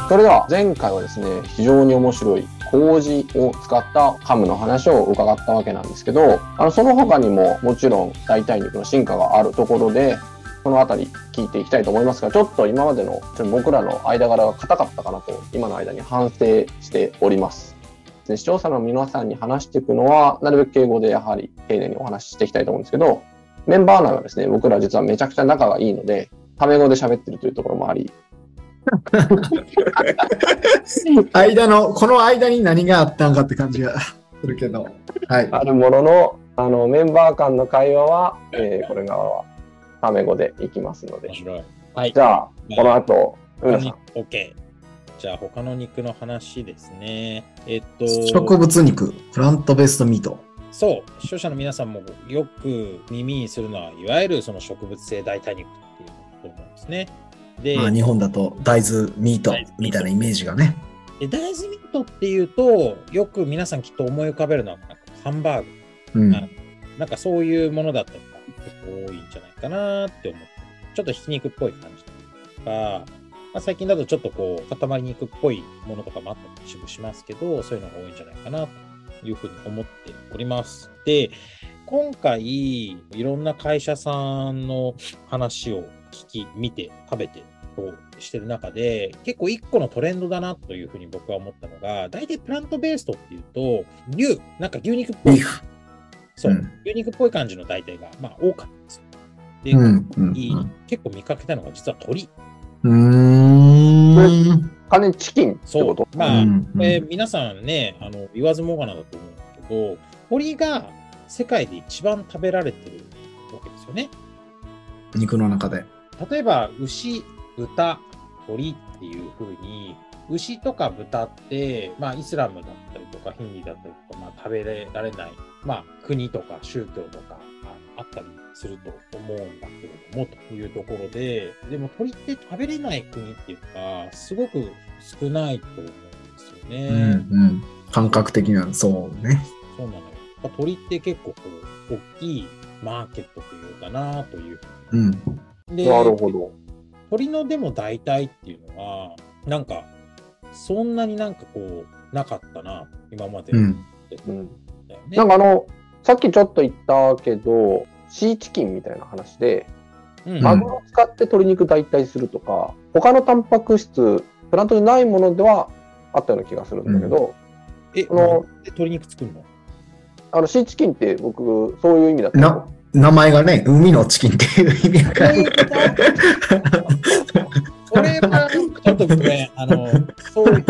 それでは前回はですね、非常に面白い麹を使ったハムの話を伺ったわけなんですけど、その他にももちろん代替肉の進化があるところで、そのあたり聞いていきたいと思いますが、ちょっと今までの僕らの間柄が硬かったかなと今の間に反省しております。視聴者の皆さんに話していくのはなるべく敬語でやはり丁寧にお話ししていきたいと思うんですけど、メンバー内はですね、僕ら実はめちゃくちゃ仲がいいのでタメ語で喋ってるというところもありこの間に何があったんかって感じがするけど、はい、 あるもののメンバー間の会話は、これ側はタメ語でいきますので、 面白い。はい、 じゃあこの後浦さん OK。じゃあ他の肉の話ですね。 植物肉、プラントベーストミート。 そう、視聴者の皆さんもよく耳にするのは、いわゆるその植物性代替肉っていうと思うんですね。で、 日本だと大豆ミートみたいなイメージがね。 で大豆ミートっていうと、よく皆さんきっと思い浮かべるのはハンバーグ、なんかそういうものだったりが結構多いんじゃないかなって思って、ちょっとひき肉っぽい感じとか、最近だとちょっとこう塊肉っぽいものとかもあったりしますけど、そういうのが多いんじゃないかなというふうに思っております。で、今回いろんな会社さんの話を聞き、見て、食べてとしてる中で、結構一個のトレンドだなというふうに僕は思ったのが、大体プラントベーストっていうと、なんか牛肉っぽい。そう、牛肉っぽい感じの代替が多かったんですよ。で、結構見かけたのが実は鶏。 完全にチキンってこと？ 皆さんね、言わずもがなだと思うんですけど、鶏が世界で一番食べられてるわけですよね。 肉の中で。 例えば、牛、豚、鶏っていう風に、牛とか豚って、イスラムだったりとか、ヒンディーだったりとか、食べられない、国とか宗教とかあったりすると思うんだけれども、というところで、でも鳥って食べれない国っていうか、すごく少ないと思うんですよね。 感覚的な、そうね。 そうなのよ。鳥って結構こう、大きいマーケットというかなという。 で、なるほど。 鳥のでも代替っていうのは、なんか、そんなになんかこう、なかったな、今まで。 なんかさっきちょっと言ったけど、シーチキンみたいな話で、マグロを使って鶏肉代替するとか、他のタンパク質、プラントにないものではあったような気がするんだけど、 鶏肉作るの？ シーチキンって僕、そういう意味だった。 名前がね、海のチキンっていう意味だから。 それは、ちょっとごめん、そういう、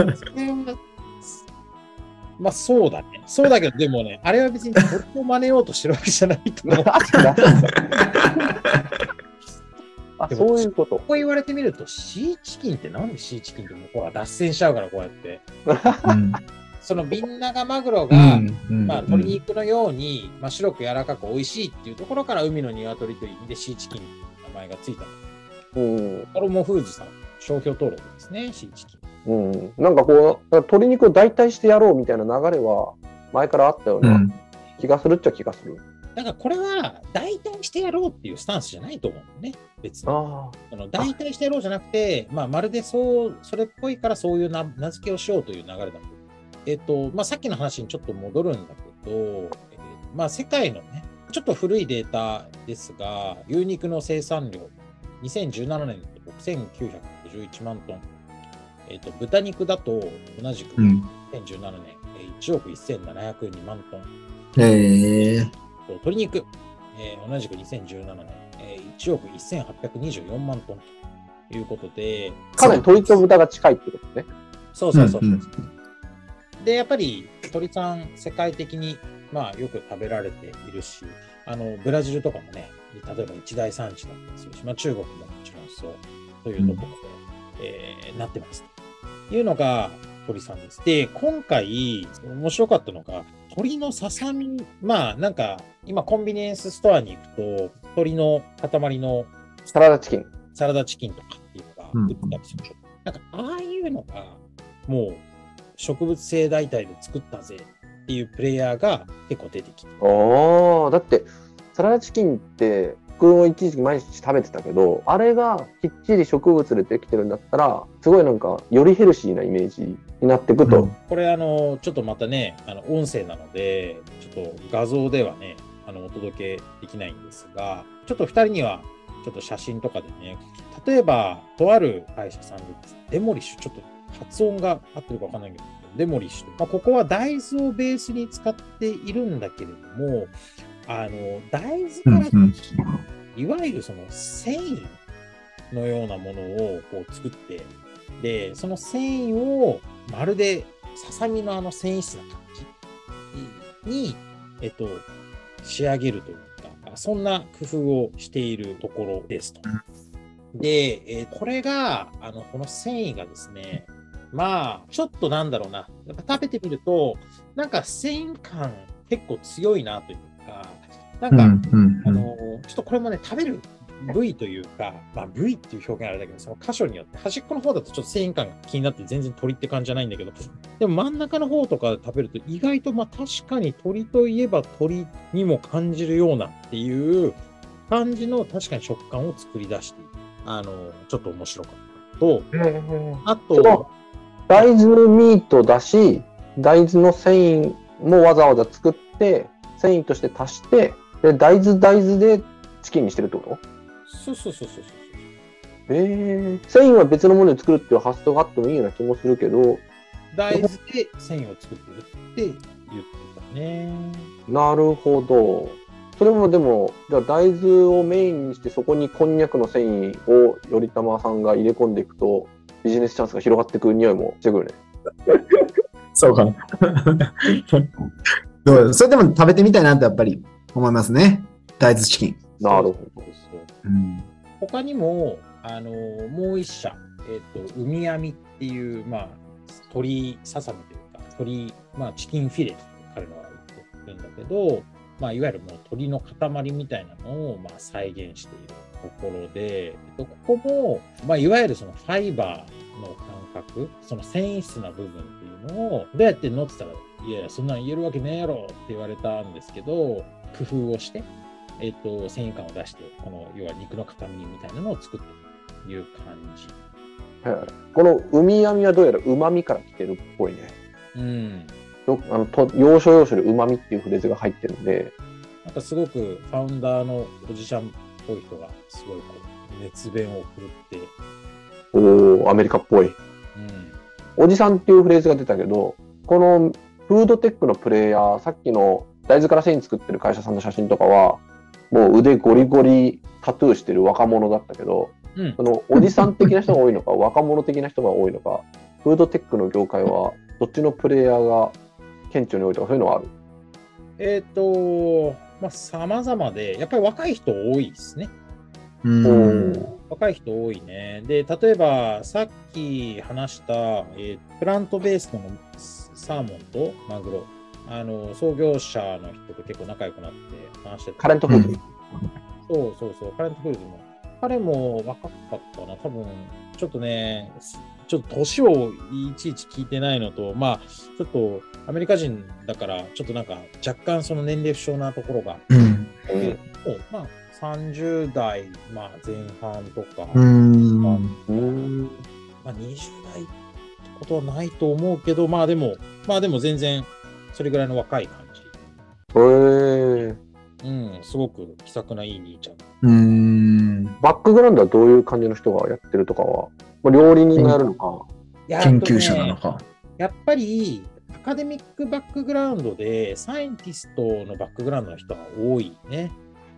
そうだね。そうだけど、でもね、あれは別に鳥を真似ようとしてるわけじゃないと思う。 そういうこと。 こう言われてみると、シーチキンってなんでシーチキンってほら、脱線しちゃうから、こうやって。そのビンナガマグロが、鶏肉のように、白く柔らかく美味しいっていうところから海の鶏という意味でシーチキンの名前がついたの。ホルモンフーズさん、商標登録ですね、シーチキン。 なんかこう、鶏肉を代替してやろうみたいな流れは前からあったような気がするっちゃ気がする。 なんかこれは代替してやろうっていうスタンスじゃないと思うのね、別に。代替してやろうじゃなくて、まるでそれっぽいからそういう名付けをしようという流れだと。さっきの話にちょっと戻るんだけど、世界のね、ちょっと古いデータですが、牛肉の生産量、2017年で6951万トン。豚肉だと同じく2017年、1億1702万トン。鶏肉、同じく2017年、1億1824万トンということで。 かなり鶏と豚が近いってことね。 そう。で、やっぱり鳥さん、世界的によく食べられているし、ブラジルとかもね、例えば一大産地だったりするし、中国ももちろんそうというところで、なってます。というのが鳥さんです。で、今回面白かったのが、鶏のささみ、なんか今コンビニエンスストアに行くと、鶏の塊のサラダチキンとかっていうのが売ってたりする。なんかああいうのがもう植物性代替で作ったぜっていうプレイヤーが結構出てきて。 だってサラダチキンって僕も一時期毎日食べてたけど、あれがきっちり植物でできてるんだったら、すごいなんかよりヘルシーなイメージになっていくと、 これちょっとまたね、音声なので、ちょっと画像ではね、お届けできないんですが、ちょっと2人にはちょっと写真とかでね、例えばとある会社さんでデモリッシュ、ちょっと発音が合ってるかわかんないけど、デモリッシュ、ここは大豆をベースに使っているんだけれども、大豆から、いわゆるその繊維のようなものをこう作って、で、その繊維をまるでささみの繊維質な感じに、仕上げるというか、そんな工夫をしているところですと。で、これが、この繊維がですね、まあ、ちょっとなんだろうな、やっぱ食べてみると、なんか繊維感結構強いなというか、なんか、ちょっとこれもね、食べる部位というか、まあ、部位っていう表現あれだけど、その箇所によって、端っこの方だとちょっと繊維感が気になって全然鳥って感じじゃないんだけど、でも真ん中の方とかで食べると意外とまあ確かに鳥といえば鳥にも感じるようなっていう感じの確かに食感を作り出している。ちょっと面白かったと、あと、 大豆ミートだし、大豆の繊維もわざわざ作って、繊維として足して、で大豆でチキンにしてるってこと？ そう。 繊維は別のもので作るっていう発想があってもいいような気もするけど、 大豆で繊維を作ってるって言ってたね。 なるほど。それもでも、じゃあ大豆をメインにして、そこにこんにゃくの繊維を頼朝さんが入れ込んでいくと、ビジネスチャンスが広がっていく匂いもしてくるね。 そうかな。それでも食べてみたいなってやっぱり思いますね。大豆チキン。 なるほど。 他にも、もう一社、海網っていう、まあ、鶏ささみというか、まあ、チキンフィレと彼らは言ってるんだけど、まあ、いわゆるもう鶏の塊みたいなのを、まあ、再現しているところで、ここも、まあ、いわゆるそのファイバーの感覚、その繊維質な部分っていうのを、どうやってんのって言ったら、いやいや、そんなん言えるわけねえやろって言われたんですけど、工夫をして、繊維感を出して、この要は肉の塊みたいなのを作ってという感じ。 この海網はどうやら旨味から来てるっぽいね。要所要所で旨味っていうフレーズが入ってるんで、 なんかすごくファウンダーのおじちゃんっぽい人がすごいこう熱弁を振るって、 アメリカっぽい、おじさんっていうフレーズが出たけど、このフードテックのプレイヤー、さっきの大豆から繊維作ってる会社さんの写真とかはもう腕ゴリゴリタトゥーしてる若者だったけど、そのおじさん的な人が多いのか若者的な人が多いのか、フードテックの業界はどっちのプレイヤーが顕著に多いとかそういうのはある？ まあ様々で、やっぱり若い人多いですね。若い人多いね。で、例えばさっき話した、プラントベースのサーモンとマグロ、創業者の人と結構仲良くなって話してた。 カレントフーズ、 そう、カレントフーズも。彼も若かったな。多分、ちょっとね、ちょっと年をいちいち聞いてないのと、まあ、ちょっとアメリカ人だから、ちょっとなんか若干その年齢不詳なところが、まあ、30代、まあ、前半とか、まあ、20代ってことはないと思うけど、まあでも全然それぐらいの若い感じ。すごく気さくないい兄ちゃん。 バックグラウンドはどういう感じの人がやってるとかは、料理人がやるのか、 研究者なのか。 やっぱりアカデミックバックグラウンドでサイエンティストのバックグラウンドの人が多いね。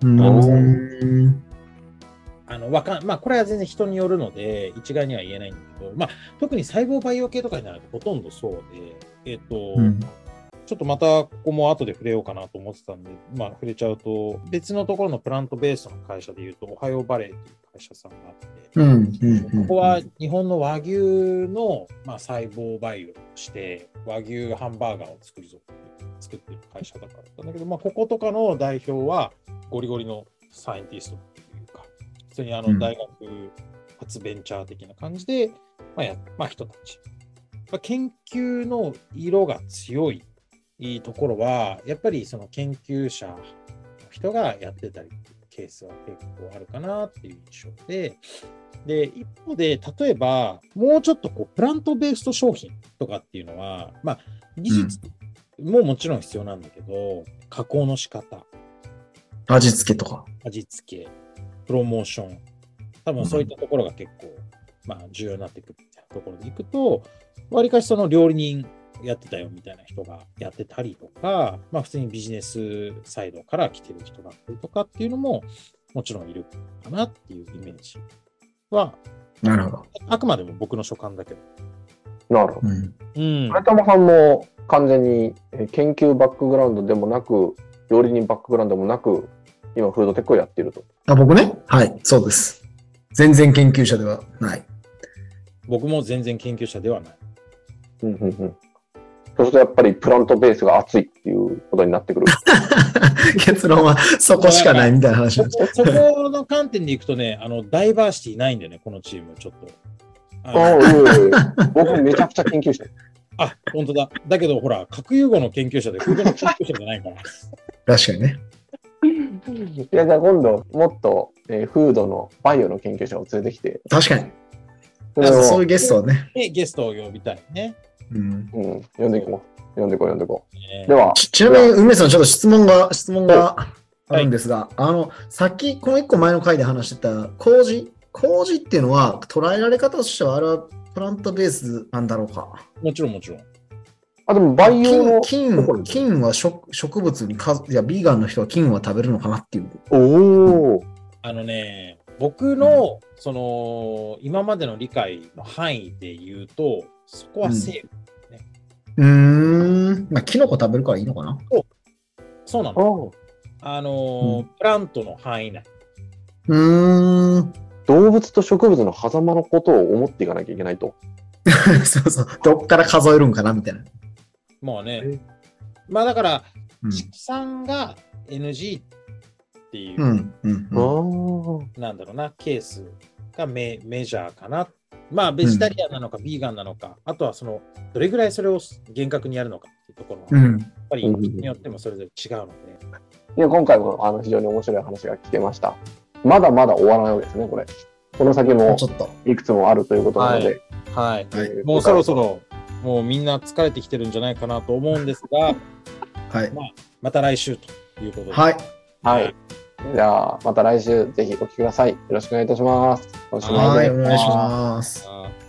まあこれは全然人によるので一概には言えないんだけど、まあ特に細胞培養系とかになるとほとんどそうで、ちょっとまたここも後で触れようかなと思ってたんで、まあ触れちゃうと、別のところのプラントベースの会社でいうと、オハヨーバレーという会社さんがあって、ここは日本の和牛の、まあ、細胞培養をして、和牛ハンバーガーを作ってる会社だからなんだけど、まあ、こことかの代表はゴリゴリのサイエンティストっていうか、普通に大学発ベンチャー的な感じで、まあ、人たち。まあ、研究の色が強いところは、やっぱりその研究者の人がやってたり、 ケースは結構あるかなっていう印象で、で、一方で、例えば、もうちょっとこう、プラントベースト商品とかっていうのは、まあ、技術ももちろん必要なんだけど、加工の仕方、 味付けとか。 味付け、プロモーション、多分そういったところが結構、まあ、重要になってくるみたいなところでいくと、わりかしその料理人やってたよみたいな人がやってたりとか、まあ、普通にビジネスサイドから来てる人がいるとかっていうのも、もちろんいるかなっていうイメージは、 なるほど。 あくまでも僕の所感だけど。 なるほど。 うん。 金玉さんも完全に研究バックグラウンドでもなく、料理人バックグラウンドもなく、今フードテックをやっていると。 あ、僕ね。はい、そうです。全然研究者ではない。 僕も全然研究者ではない。 そうするとやっぱりプラントベースが熱いっていうことになってくる。 結論はそこしかないみたいな話なんです。 そこの観点でいくとね、ダイバーシティないんだよね、このチーム、ちょっと。 僕めちゃくちゃ研究者。 あ、本当だ。だけど、ほら、核融合の研究者で、フードの研究者じゃないから。 確かにね。 いや、じゃあ今度、もっと、フードのバイオの研究者を連れてきて。 確かに。そういうゲストをね。 ゲストを呼びたいね。 うん。 呼んでいこう。呼んでこう。では。 ちなみに、梅さん、ちょっと質問があるんですが、さっき、この1個前の回で話してた、麹っていうのは、捉えられ方としては、あれはプラントベースなんだろうか。 もちろん。 あ、でも培養の菌は植物にいや、ビーガンの人は菌は食べるのかなっていう。 おお。 僕の、今までの理解の範囲で言うと、そこはセーフね。まあ、キノコ食べるからいいのかな？ そうなの。プラントの範囲内。 動物と植物の狭間のことを思っていかなきゃいけないと。 そうそう。どっから数えるんかなみたいな。 まあね。まあだから、畜産が NG っていう、なんだろうな、ケースがメジャーかな。まあ、ベジタリアンなのか、ビーガンなのか、あとはどれぐらいそれを厳格にやるのかっていうところは、やっぱり人によってもそれぞれ違うので。 いや、今回も非常に面白い話が聞けました。まだまだ終わらないわけですね、これ。この先もいくつもあるということなので。 はい。もうそろそろ、もうみんな疲れてきてるんじゃないかなと思うんですが、 はい。 また来週ということで。 はい。 じゃあ、また来週ぜひお聞きください。よろしくお願いいたします。 はい、お願いします。